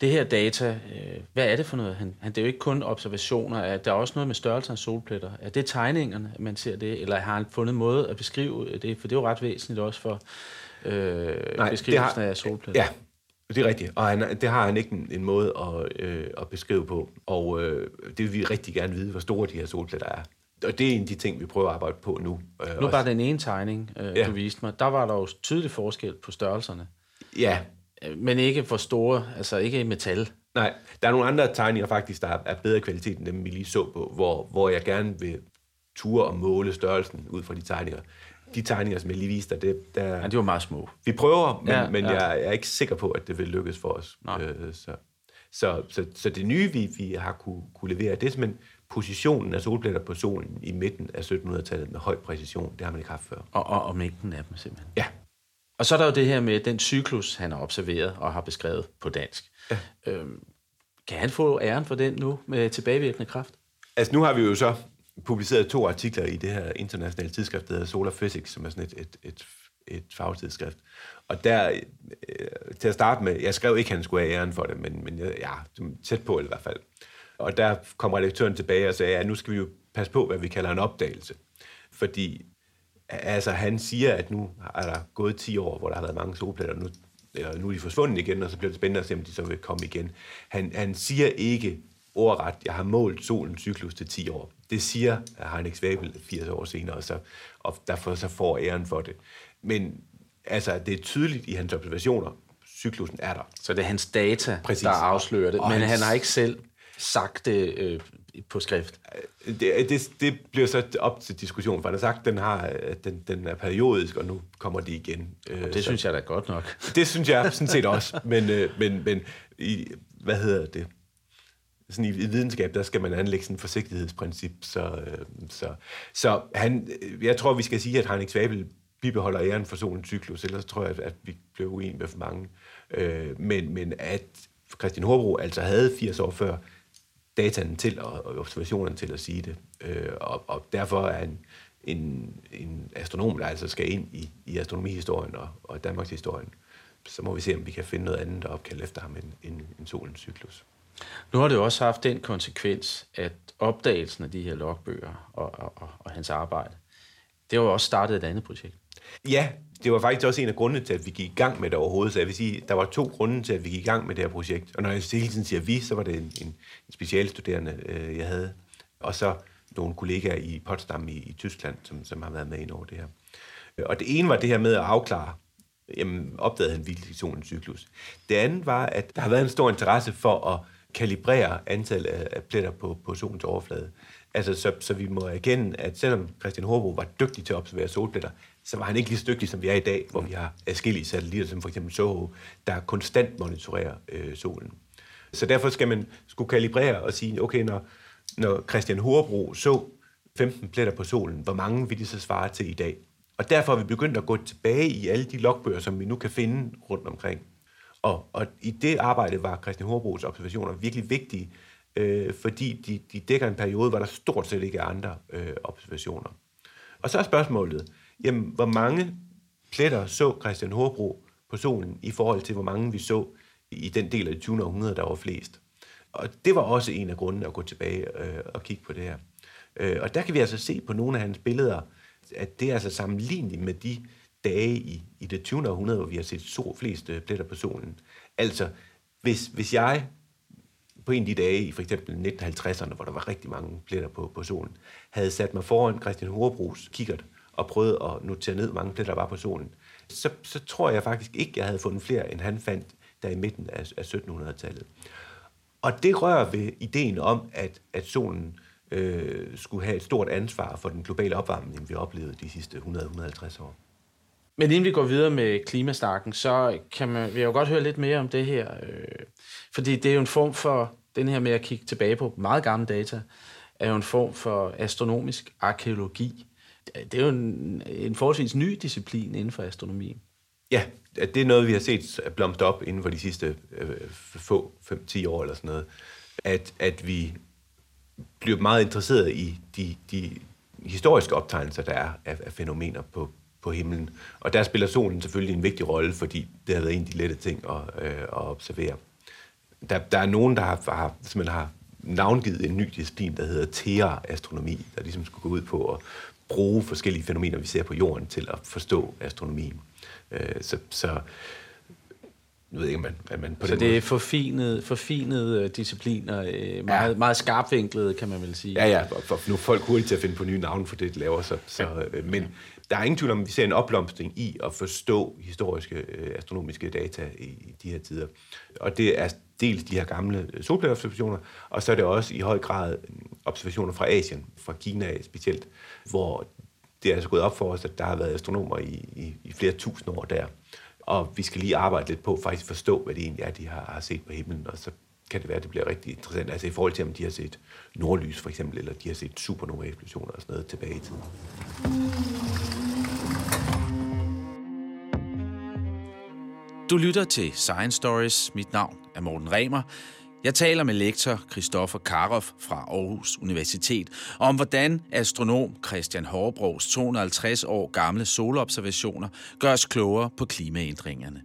Speaker 4: Det her data, hvad er det for noget? Det er jo ikke kun observationer, der er også noget med størrelsen af solpletter. Er det tegningerne, man ser det, eller har han fundet en måde at beskrive det? For det er jo ret væsentligt også for beskrivelsen af solpletter.
Speaker 3: Ja, det er rigtigt, og det har han ikke en måde at beskrive på, og det vil vi rigtig gerne vide, hvor store de her solpletter er. Og det er en af de ting, vi prøver at arbejde på nu.
Speaker 4: Nu var den ene tegning, du viste mig, der var der jo tydelig forskel på størrelserne.
Speaker 3: Ja.
Speaker 4: Men ikke for store, altså ikke i metal.
Speaker 3: Nej, der er nogle andre tegninger faktisk, der er bedre kvalitet end dem, vi lige så på, hvor jeg gerne vil ture og måle størrelsen ud fra de tegninger. De tegninger, som jeg lige viste dig,
Speaker 4: ja, de var meget små.
Speaker 3: Vi prøver, men jeg er ikke sikker på, at det vil lykkes for os. Så det nye, vi har kunne levere, det er simpelthen positionen af solpletter på solen i midten af 1700-tallet med høj præcision. Det har man ikke haft før.
Speaker 4: Og mængden af dem simpelthen.
Speaker 3: Ja.
Speaker 4: Og så er der jo det her med den cyklus, han har observeret og har beskrevet på dansk. Ja. Kan han få æren for den nu med tilbagevirkende kraft?
Speaker 3: Altså nu har vi jo så publiceret 2 artikler i det her internationale tidsskrift, der hedder Solar Physics, som er sådan et fagtidsskrift. Og der, til at starte med, jeg skrev ikke, at han skulle have æren for det, men tæt på i hvert fald. Og der kom redaktøren tilbage og sagde, at nu skal vi jo passe på, hvad vi kalder en opdagelse. Fordi altså, han siger, at nu er der gået 10 år, hvor der har været mange solpletter, nu er de forsvundet igen, og så bliver det spændende at se, om de så vil komme igen. Han siger ikke ordret, jeg har målt solens cyklus til 10 år. Det siger Heinrich Swavel 80 år senere, og derfor så får æren for det. Men altså, det er tydeligt i hans observationer, cyklusen er der.
Speaker 4: Så det er hans data, der afslører det, men han har ikke selv sagt det på skrift.
Speaker 3: Det bliver så op til diskussion, for han har sagt, at den er periodisk, og nu kommer de igen.
Speaker 4: Det synes jeg da godt nok.
Speaker 3: Det synes jeg sådan set også, men hvad hedder det? Sådan i videnskab, der skal man anlægge sådan et forsigtighedsprincip. Så jeg tror, vi skal sige, at Heinrich Swavel bibeholder æren for solens cyklus, ellers tror jeg, at vi bliver uenige med for mange. Men at Christian Hobro altså havde 80 år før dataen til og observationerne til at sige det. Og derfor er en astronom, der altså skal ind i astronomihistorien og Danmarks historien, så må vi se, om vi kan finde noget andet, der opkalder efter ham end solens cyklus.
Speaker 4: Nu har det jo også haft den konsekvens, at opdagelsen af de her logbøger og hans arbejde, det har jo også startet et andet projekt.
Speaker 3: Ja, det var faktisk også en af grundene til, at vi gik i gang med det overhovedet. Så jeg vil sige, der var 2 grunde til, at vi gik i gang med det her projekt. Og når jeg hele tiden siger vi, så var det en specialstuderende, jeg havde. Og så nogle kollegaer i Potsdam i Tyskland, som har været med ind over det her. Og det ene var det her med at afklare, jamen, opdagede han virkelig solens cyklus. Det andet var, at der har været en stor interesse for at kalibrere antallet af pletter på solens overflade. Altså, så vi må erkende, at selvom Christian Hobro var dygtig til at observere solpletter, så var han ikke lige så dygtig, som vi er i dag, hvor vi har adskillige satellitter, som for eksempel SOHO, der konstant monitorerer solen. Så derfor skal man skulle kalibrere og sige, okay, når Christian Hobro så 15 pletter på solen, hvor mange vil de så svare til i dag? Og derfor har vi begyndt at gå tilbage i alle de logbøger, som vi nu kan finde rundt omkring. Og i det arbejde var Christian Hobros observationer virkelig vigtige, fordi de dækker en periode, hvor der stort set ikke er andre observationer. Og så er spørgsmålet, jamen, hvor mange pletter så Christian Hobro på solen i forhold til, hvor mange vi så i den del af det 20. århundrede, der var flest. Og det var også en af grundene at gå tilbage og kigge på det her. Og der kan vi altså se på nogle af hans billeder, at det er altså sammenligneligt med de dage i det 20. århundrede, hvor vi har set flest pletter på solen. Altså, hvis jeg på en af de dage i for eksempel 1950'erne, hvor der var rigtig mange pletter på solen, havde sat mig foran Christian Hobros kikkert og prøvet at notere ned, hvor mange pletter der var på solen, så tror jeg faktisk ikke, jeg havde fundet flere, end han fandt der i midten af 1700-tallet. Og det rører ved ideen om, at solen skulle have et stort ansvar for den globale opvarmning, vi oplevede de sidste 100-150 år.
Speaker 4: Men inden vi går videre med klimasnakken, så vil jeg jo godt høre lidt mere om det her. Fordi det er jo en form for, den her med at kigge tilbage på meget gamle data, er jo en form for astronomisk arkæologi. Det er jo en forholdsvis ny disciplin inden for astronomien.
Speaker 3: Ja, det er noget, vi har set blomstre op inden for de sidste 5-10 år eller sådan noget. At vi bliver meget interesseret i de historiske optegnelser, der er af fænomener på himlen. Og der spiller solen selvfølgelig en vigtig rolle, fordi det har været en af de lette ting at observere. Der er nogen, der har navngivet en ny disciplin, der hedder Theaastronomi, der ligesom skulle gå ud på at bruge forskellige fænomener, vi ser på jorden, til at forstå astronomien. Så jeg ved ikke, at man på
Speaker 4: så
Speaker 3: den
Speaker 4: det
Speaker 3: måde...
Speaker 4: er forfinede discipliner, meget skarpvinklede, kan man vel sige.
Speaker 3: Ja, for nu er folk hurtigt til at finde på nye navne for det, de laver. Men der er ingen tvivl om, at vi ser en opblomstring i at forstå historiske astronomiske data i de her tider. Og det er dels de her gamle solpletobservationer, og så er det også i høj grad observationer fra Asien, fra Kina specielt, hvor det er altså gået op for os, at der har været astronomer i flere tusind år der. Og vi skal lige arbejde lidt på faktisk forstå, hvad det egentlig er, de har set på himlen, og så kan det være, at det bliver rigtig interessant. Altså i forhold til, om de har set nordlys for eksempel, eller de har set supernova-eksplosioner og sådan noget tilbage i tiden.
Speaker 4: Du lytter til Science Stories. Mit navn er Morten Remer. Jeg taler med lektor Christoffer Karoff fra Aarhus Universitet om, hvordan astronom Christian Harbrougs 250 år gamle solobservationer gør os klogere på klimaændringerne.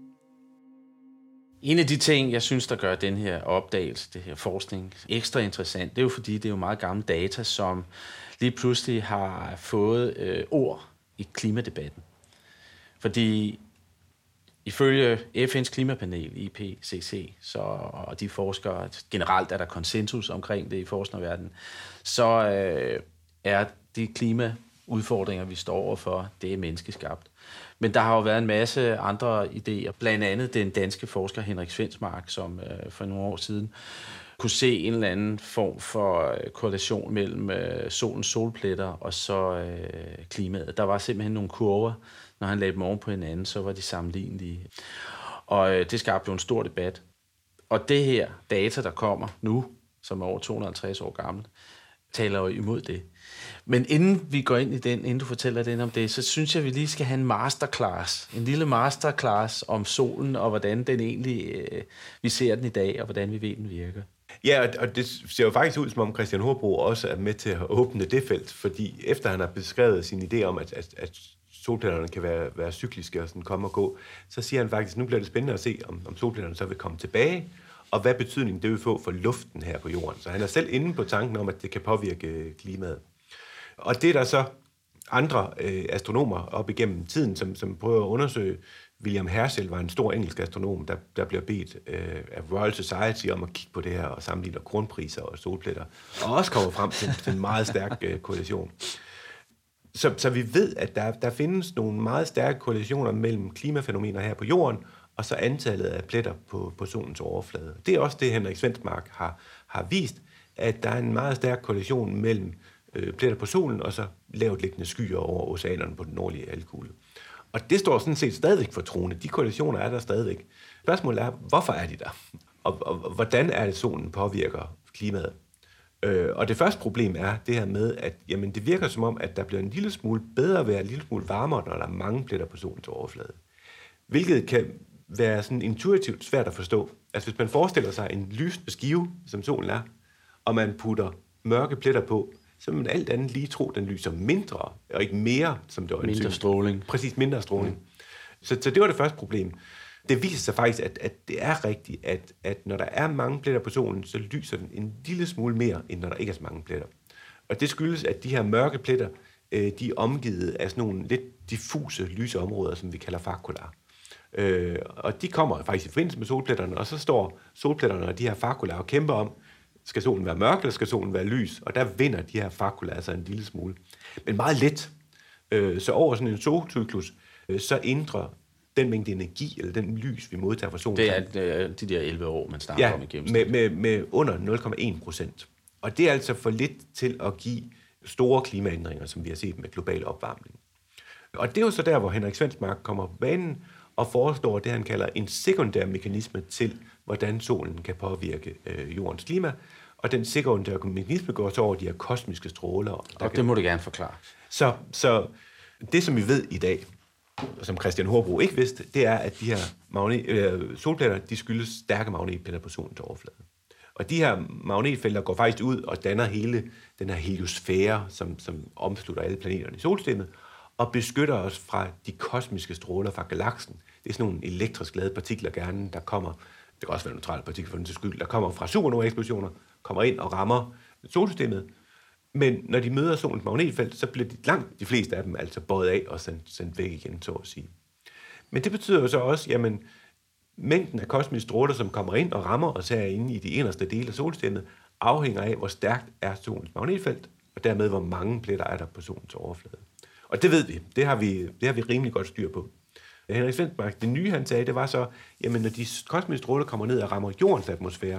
Speaker 4: En af de ting, jeg synes, der gør den her opdagelse, det her forskning, ekstra interessant, det er jo fordi, det er jo meget gamle data, som lige pludselig har fået ord i klimadebatten. Fordi ifølge FN's klimapanel, IPCC, og de forskere, generelt er der konsensus omkring det i forskerverdenen, så er de klimaudfordringer, vi står overfor, det er menneskeskabt. Men der har jo været en masse andre idéer, blandt andet den danske forsker Henrik Svensmark, som for nogle år siden kunne se en eller anden form for korrelation mellem solens solpletter og så klimaet. Der var simpelthen nogle kurver, når han lagde dem oven på hinanden, så var de sammenlignelige. Og det skabte jo en stor debat. Og det her data, der kommer nu, som er over 250 år gammel, taler jo imod det. Men inden vi går ind i den, inden du fortæller den om det, så synes jeg, vi lige skal have en masterclass. En lille masterclass om solen, og hvordan den egentlig, vi ser den i dag, og hvordan vi ved, den virker.
Speaker 3: Ja, og det ser jo faktisk ud, som om Christian Harbroug også er med til at åbne det felt, fordi efter han har beskrevet sin idé om, at solpletterne kan være cykliske og sådan komme og gå, så siger han faktisk, at nu bliver det spændende at se, om solpletterne så vil komme tilbage, og hvad betydning det vil få for luften her på jorden. Så han er selv inde på tanken om, at det kan påvirke klimaet. Og det er der så andre astronomer op igennem tiden, som prøver at undersøge. William Herschel var en stor engelsk astronom, der bliver bedt af Royal Society om at kigge på det her og sammenligne kronpriser og solpletter, og også kommer frem til en meget stærk korrelation. Så vi ved, at der findes nogle meget stærke korrelationer mellem klimafænomener her på jorden, og så antallet af pletter på solens overflade. Det er også det, Henrik Svensmark har vist, at der er en meget stærk korrelation mellem pletter på solen, og så lavt liggende skyer over oceanerne på den nordlige halvkugle. Og det står sådan set stadigvæk for troende. De korrelationer er der stadigvæk. Spørgsmålet er, hvorfor er de der? Og hvordan er det, solen påvirker klimaet? Og det første problem er det her med, at jamen, det virker som om, at der bliver en lille smule bedre vejr, en lille smule varmere, når der er mange pletter på solens overflade. Hvilket kan være sådan intuitivt svært at forstå. Altså hvis man forestiller sig en lysende skive, som solen er, og man putter mørke pletter på, så vil man alt andet lige tro, at den lyser mindre, og ikke mere, som det var.
Speaker 4: Mindre stråling.
Speaker 3: Præcis, mindre stråling. Så det var det første problem. Det viser sig faktisk, at det er rigtigt, at når der er mange pletter på solen, så lyser den en lille smule mere, end når der ikke er så mange pletter. Og det skyldes, at de her mørke pletter, de er omgivet af sådan nogle lidt diffuse lyse områder, som vi kalder fakulaer. Og de kommer faktisk i forbindelse med solpletterne, og så står solpletterne og de her fakulaer og kæmper om, skal solen være mørk, eller skal solen være lys? Og der vinder de her fakulaer altså en lille smule. Men meget let. Så over sådan en solcyklus, så ændrer den mængde energi, eller den lys, vi modtager fra solen.
Speaker 4: Det er de der 11 år, man snakker om i gennemsnit.
Speaker 3: med under 0,1%. Og det er altså for lidt til at give store klimaændringer, som vi har set med global opvarmning. Og det er jo så der, hvor Henrik Svensmark kommer på banen og foreslår det, han kalder en sekundær mekanisme til, hvordan solen kan påvirke jordens klima. Og den sekundære mekanisme går så over de her kosmiske stråler.
Speaker 4: Og det må du gerne forklare.
Speaker 3: Så det, som vi ved i dag, og som Christian Harbroug ikke vidste, det er, at de her solpletter, de skyldes stærke magnetfelter på solens overflade. Og de her magnetfelter går faktisk ud og danner hele den her heliosfære, som omslutter alle planeterne i solsystemet, og beskytter os fra de kosmiske stråler fra galaksen. Det er sådan nogle elektrisk ladede partikler gerne, der kommer det kan også være neutrale partikler for den til skyld, der kommer fra supernova-eksplosioner, kommer ind og rammer solsystemet. Men når de møder solens magnetfelt, så bliver langt de fleste af dem altså bøjet af og sendt væk igen, så at sige. Men det betyder jo så også, jamen, mængden af kosmiske stråler, som kommer ind og rammer os herinde i de inderste dele af solsystemet, afhænger af, hvor stærkt er solens magnetfelt, og dermed hvor mange pletter er der på solens overflade. Og det ved vi. Det har vi rimelig godt styr på. Henrik Svensmark, det nye han sagde, det var så, jamen når de kosmiske stråler kommer ned og rammer jordens atmosfære,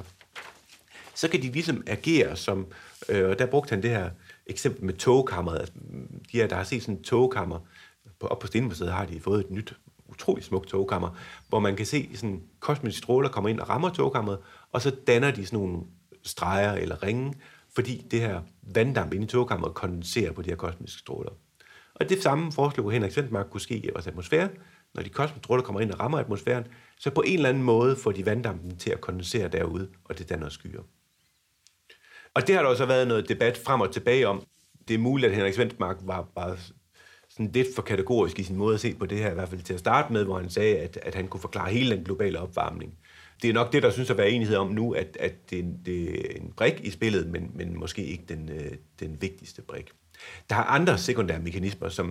Speaker 3: så kan de ligesom agere som, og der brugte han det her eksempel med togkammeret. Altså, de her, der har set sådan et togkammer, op på Stenmuseet har de fået et nyt, utroligt smukt togkammer, hvor man kan se sådan kosmiske stråler kommer ind og rammer togkammeret, og så danner de sådan nogle streger eller ringe, fordi det her vanddamp inde i togkammeret kondenserer på de her kosmiske stråler. Og det samme foreslog Henrik Svensmark kunne ske i vores atmosfære. Når de kosmiske stråler kommer ind og rammer atmosfæren, så på en eller anden måde får de vanddampen til at kondensere derude, og det danner skyer. Og det har der også været noget debat frem og tilbage om. Det er muligt, at Henrik Svensmark var sådan lidt for kategorisk i sin måde at se på det her, i hvert fald til at starte med, hvor han sagde, at han kunne forklare hele den globale opvarmning. Det er nok det, der synes at være enighed om nu, at det er en brik i spillet, men måske ikke den vigtigste brik. Der er andre sekundære mekanismer, som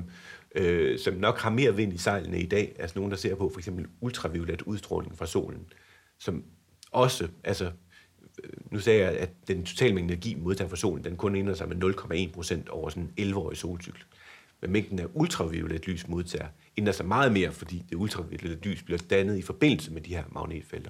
Speaker 3: nok har mere vind i sejlene i dag, altså nogen, der ser på for eksempel ultraviolet udstråling fra solen, som også, altså nu sagde jeg, at den totale mængde energi modtaget fra solen, den kun ændrer sig med 0,1% over sådan en 11-årig solcykel. Men mængden af ultraviolet lys modtager ændrer sig meget mere, fordi det ultraviolet lys bliver dannet i forbindelse med de her magnetfelter.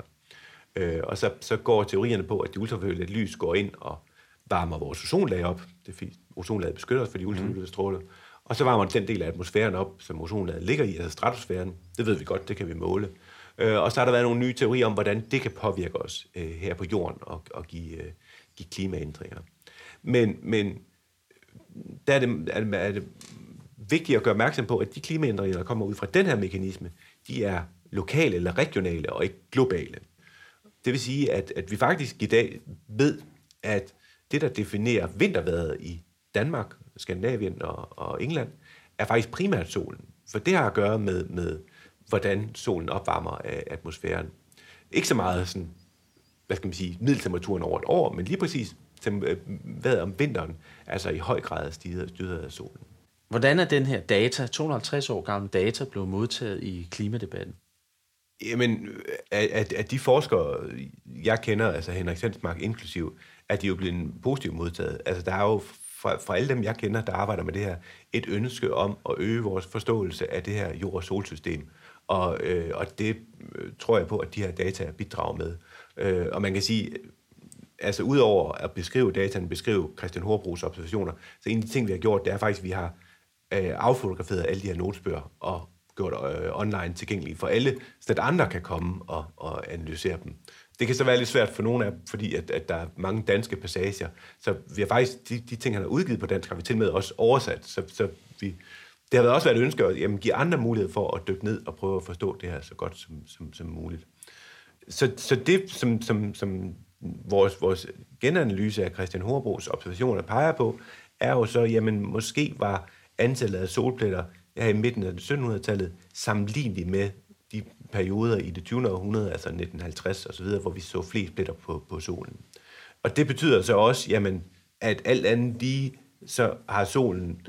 Speaker 3: Og så går teorierne på, at det ultraviolet lys går ind og varmer vores ozonlag op. Det er fordi ozonlaget beskytter os for de ultraviolette stråler. Og så varmer den del af atmosfæren op, som ozonlaget ligger i, altså stratosfæren. Det ved vi godt, det kan vi måle. Og så har der været nogle nye teorier om, hvordan det kan påvirke os her på jorden og give klimaændringer. Men der er det vigtigt at gøre opmærksom på, at de klimaændringer, der kommer ud fra den her mekanisme, de er lokale eller regionale og ikke globale. Det vil sige, at vi faktisk i dag ved, at det, der definerer vintervejret i Danmark, Skandinavien og England, er faktisk primært solen. For det har at gøre med hvordan solen opvarmer atmosfæren. Ikke så meget sådan, hvad skal man sige, middeltemperaturen over et år, men lige præcis vejret om vinteren, altså i høj grad styret af solen.
Speaker 5: Hvordan er den her data, 250 år gammel data, blevet modtaget i klimadebatten?
Speaker 3: Jamen, at de forskere, jeg kender, altså Henrik Svensmark inklusiv, at de jo blevet positivt modtaget. Altså, der er jo fra alle dem, jeg kender, der arbejder med det her, et ønske om at øge vores forståelse af det her jord- og solsystem. Og det tror jeg på, at de her data bidrager med. Og man kan sige, altså udover at beskrive dataen, beskrive Christian Hobros observationer, så en af de ting, vi har gjort, det er faktisk, at vi har affotograferet alle de her notesbøger og gjort online tilgængelige for alle, så at andre kan komme og analysere dem. Det kan så være lidt svært for nogle af dem, fordi at der er mange danske passager. Så vi har faktisk, de ting, han har udgivet på dansk, har vi til med også oversat. Så det har også været et ønske at give andre mulighed for at dykke ned og prøve at forstå det her så godt som muligt. Så det, som vores genanalyse af Christian Hobros observationer peger på, er jo så, jamen måske var antallet af solpletter her i midten af 1700-tallet sammenligneligt med de perioder i det 20. århundrede, altså 1950 osv., hvor vi så flest pletter på solen. Og det betyder så også, jamen, at alt andet lige, så har solen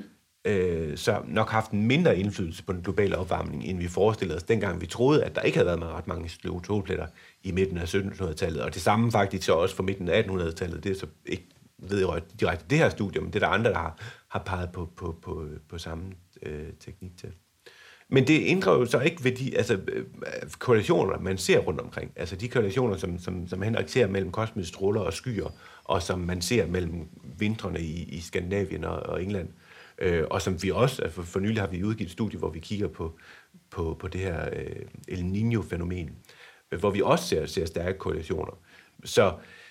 Speaker 3: så nok haft en mindre indflydelse på den globale opvarmning, end vi forestillede os, dengang vi troede, at der ikke havde været ret mange solpletter i midten af 1700-tallet. Og det samme faktisk så også for midten af 1800-tallet. Det er så ikke vedrørt direkte det her studie, men det er der andre, der har peget på samme teknik til. Men det ændrer jo så ikke ved de korrelationer, man ser rundt omkring. Altså de korrelationer, som Henrik ser mellem kosmiske stråler og skyer, og som man ser mellem vintrene i Skandinavien og England. Og som vi også, for nylig har vi udgivet et studie, hvor vi kigger på det her El Niño-fænomen, hvor vi også ser stærke korrelationer. Så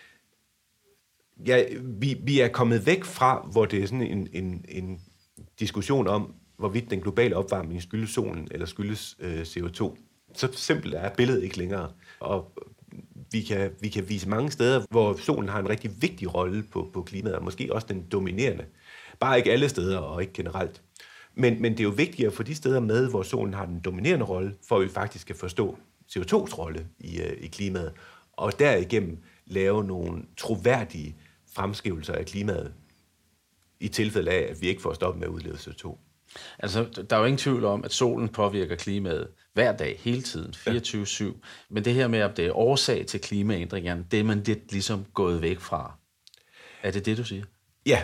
Speaker 3: ja, vi er kommet væk fra, hvor det er sådan en diskussion om, hvorvidt den globale opvarmning skyldes solen eller skyldes CO2. Så simpelt er billedet ikke længere. Og vi kan vise mange steder, hvor solen har en rigtig vigtig rolle på klimaet, og måske også den dominerende. Bare ikke alle steder, og ikke generelt. Men det er jo vigtigt at få de steder med, hvor solen har den dominerende rolle, for at vi faktisk kan forstå CO2's rolle i klimaet. og derigennem lave nogle troværdige fremskrivelser af klimaet, i tilfælde af, at vi ikke får stoppet med at udlede CO2.
Speaker 5: Altså, der er jo ingen tvivl om, at solen påvirker klimaet hver dag, hele tiden, 24/7. Ja. Men det her med, at det er årsag til klimaændringerne, det er man lidt ligesom gået væk fra. Er det det, du siger?
Speaker 3: Ja,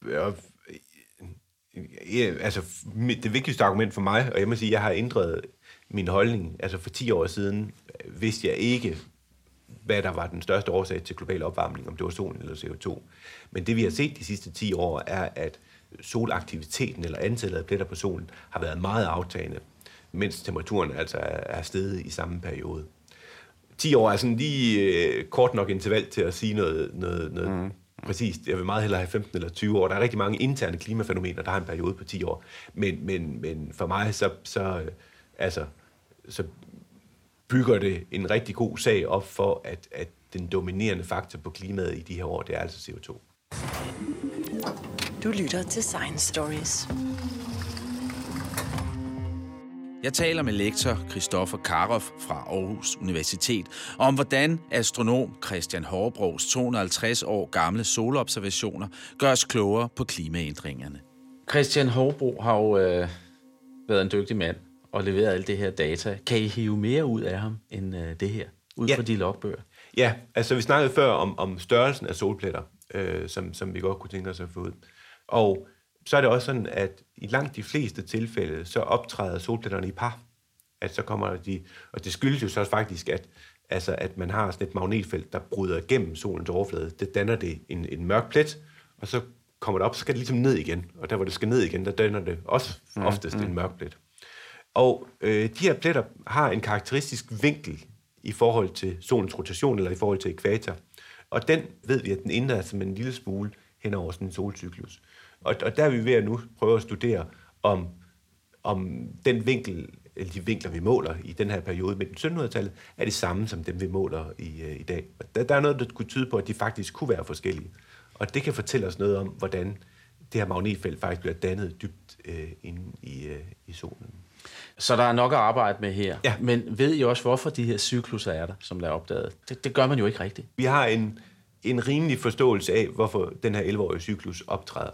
Speaker 3: altså det vigtigste argument for mig, og jeg må sige, at jeg har ændret min holdning. Altså for 10 år siden vidste jeg ikke, hvad der var den største årsag til global opvarmning, om det var solen eller CO2. Men det vi har set de sidste 10 år, er, at solaktiviteten eller antallet af pletter på solen har været meget aftagende, mens temperaturen altså er steget i samme periode. 10 år er sådan lige kort nok interval til at sige noget præcist. Jeg vil meget hellere have 15 eller 20 år. Der er rigtig mange interne klimafænomener, der har en periode på 10 år. Men for mig, så bygger det en rigtig god sag op for, at den dominerende faktor på klimaet i de her år, det er altså CO2.
Speaker 2: Du lytter til Science Stories.
Speaker 4: Jeg taler med lektor Christoffer Karoff fra Aarhus Universitet om, hvordan astronom Christian Haugebros 250 år gamle solobservationer gør os klogere på klimaændringerne.
Speaker 5: Christian Haugebro har jo været en dygtig mand og leveret alle det her data. Kan I hive mere ud af ham end det her, ud fra de logbøger?
Speaker 3: Ja, altså vi snakkede før om størrelsen af solpletter, som vi godt kunne tænke os at få ud. Og så er det også sådan, at i langt de fleste tilfælde, så optræder solpletterne i par. At så kommer de, og det skyldes jo så faktisk, at man har sådan et magnetfelt, der bryder igennem solens overflade. Det danner det en mørk plet, og så kommer det op, så skal det ligesom ned igen. Og der, hvor det skal ned igen, der danner det også oftest en mørk plet. Og de her pletter har en karakteristisk vinkel i forhold til solens rotation, eller i forhold til ækvator. Og den ved vi, at den ændrer som en lille smule hen over sådan en solcyklus. Og der er vi ved at nu prøve at studere, om den vinkel, eller de vinkler, vi måler i den her periode med 1700-tallet, er det samme som dem, vi måler i dag. Og der er noget, der kunne tyde på, at de faktisk kunne være forskellige. Og det kan fortælle os noget om, hvordan det her magnetfelt faktisk bliver dannet dybt inde i solen.
Speaker 5: Så der er nok at arbejde med her.
Speaker 3: Ja.
Speaker 5: Men ved I også, hvorfor de her cykluser er der, som der er opdaget? Det gør man jo ikke rigtigt.
Speaker 3: Vi har en rimelig forståelse af, hvorfor den her 11-årige cyklus optræder.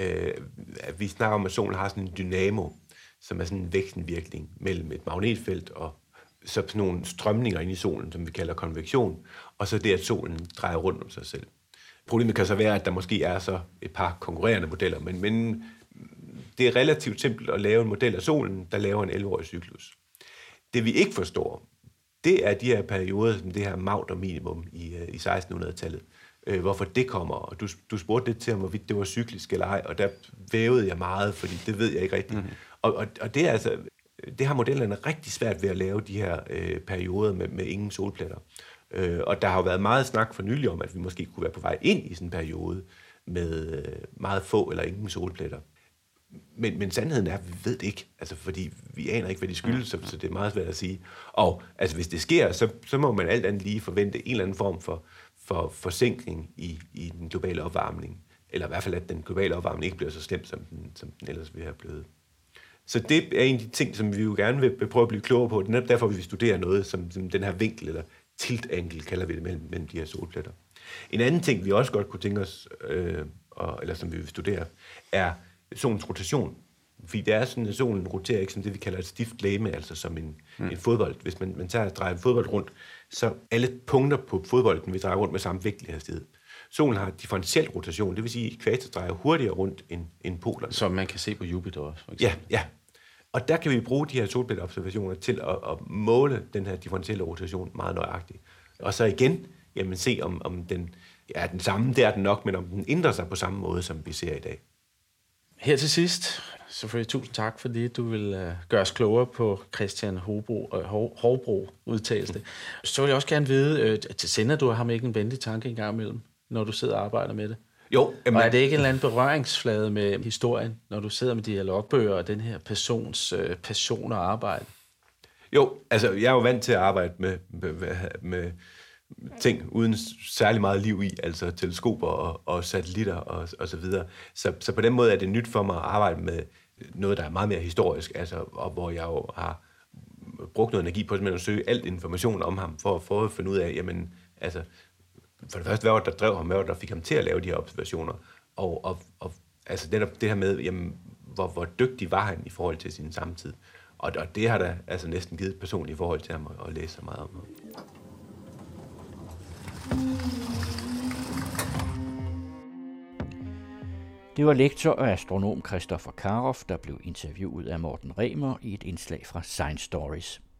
Speaker 3: Vi snakker om, at solen har sådan en dynamo, som er sådan en vekselvirkning mellem et magnetfelt og så sådan nogle strømninger inde i solen, som vi kalder konvektion, og så det, at solen drejer rundt om sig selv. Problemet kan så være, at der måske er så et par konkurrerende modeller, men det er relativt simpelt at lave en model af solen, der laver en 11-årig cyklus. Det vi ikke forstår, det er de her perioder, som det her Maunder minimum i 1600-tallet. Hvorfor det kommer, og du spurgte lidt til, om hvorvidt det var cyklisk eller ej, og der vævede jeg meget, fordi det ved jeg ikke rigtigt. Og det er altså, det har modellerne rigtig svært ved at lave de her perioder med ingen solpletter. Og der har jo været meget snak for nylig om, at vi måske kunne være på vej ind i sådan en periode med meget få eller ingen solpletter. Men sandheden er, at vi ved det ikke, altså fordi vi aner ikke, hvad de skyldes, så det er meget svært at sige. Og altså, hvis det sker, så må man alt andet lige forvente en eller anden form for forsinkning i den globale opvarmning, eller i hvert fald, at den globale opvarmning ikke bliver så slem, som den ellers ville have blevet. Så det er en af de ting, som vi jo gerne vil prøve at blive klogere på. Det er derfor, vi vil studere noget, som den her vinkel, eller tilt-angle, kalder vi det, mellem de her solpletter. En anden ting, vi også godt kunne tænke os, eller som vi vil studere, er solens rotation. Fordi det er sådan, at solen roterer ikke som det, vi kalder et stift legeme, altså som en fodbold. Hvis man tager og drejer en fodbold rundt, så alle punkter på fodbolden vil dreje rundt med samme vægtlig hastighed. Solen har differentiel rotation, det vil sige, at ækvator drejer hurtigere rundt end polerne.
Speaker 5: Som man kan se på Jupiter også, for
Speaker 3: eksempel. Ja. Og der kan vi bruge de her solpletteobservationer til at måle den her differentielle rotation meget nøjagtigt. Og så igen, se om den er den samme, det er den nok, men om den ændrer sig på samme måde, som vi ser i dag.
Speaker 5: Her til sidst, selvfølgelig tusind tak, fordi du vil gøre os klogere på Christian Haugebro udtales det. Så vil jeg også gerne vide, sender du ham ikke en venlig tanke en gang imellem, når du sidder og arbejder med det?
Speaker 3: Jo.
Speaker 5: Og er det ikke en eller anden berøringsflade med historien, når du sidder med de her logbøger og den her persons passion og arbejde?
Speaker 3: Jo, altså jeg er jo vant til at arbejde med ting uden særlig meget liv i, altså teleskoper og satellitter og så videre. Så på den måde er det nyt for mig at arbejde med noget, der er meget mere historisk, altså, og hvor jeg jo har brugt noget energi på at søge alt information om ham, for at finde ud af, jamen, Altså, for det første, hvad var der drev ham, hvad var der fik ham til at lave de her observationer, og altså netop det her med, jamen, hvor dygtig var han i forhold til sin samtid. Og det har da altså næsten givet personligt i forhold til ham at læse så meget om ham.
Speaker 1: Det var lektor og astronom Christopher Karoff, der blev interviewet af Morten Remer i et indslag fra Science Stories.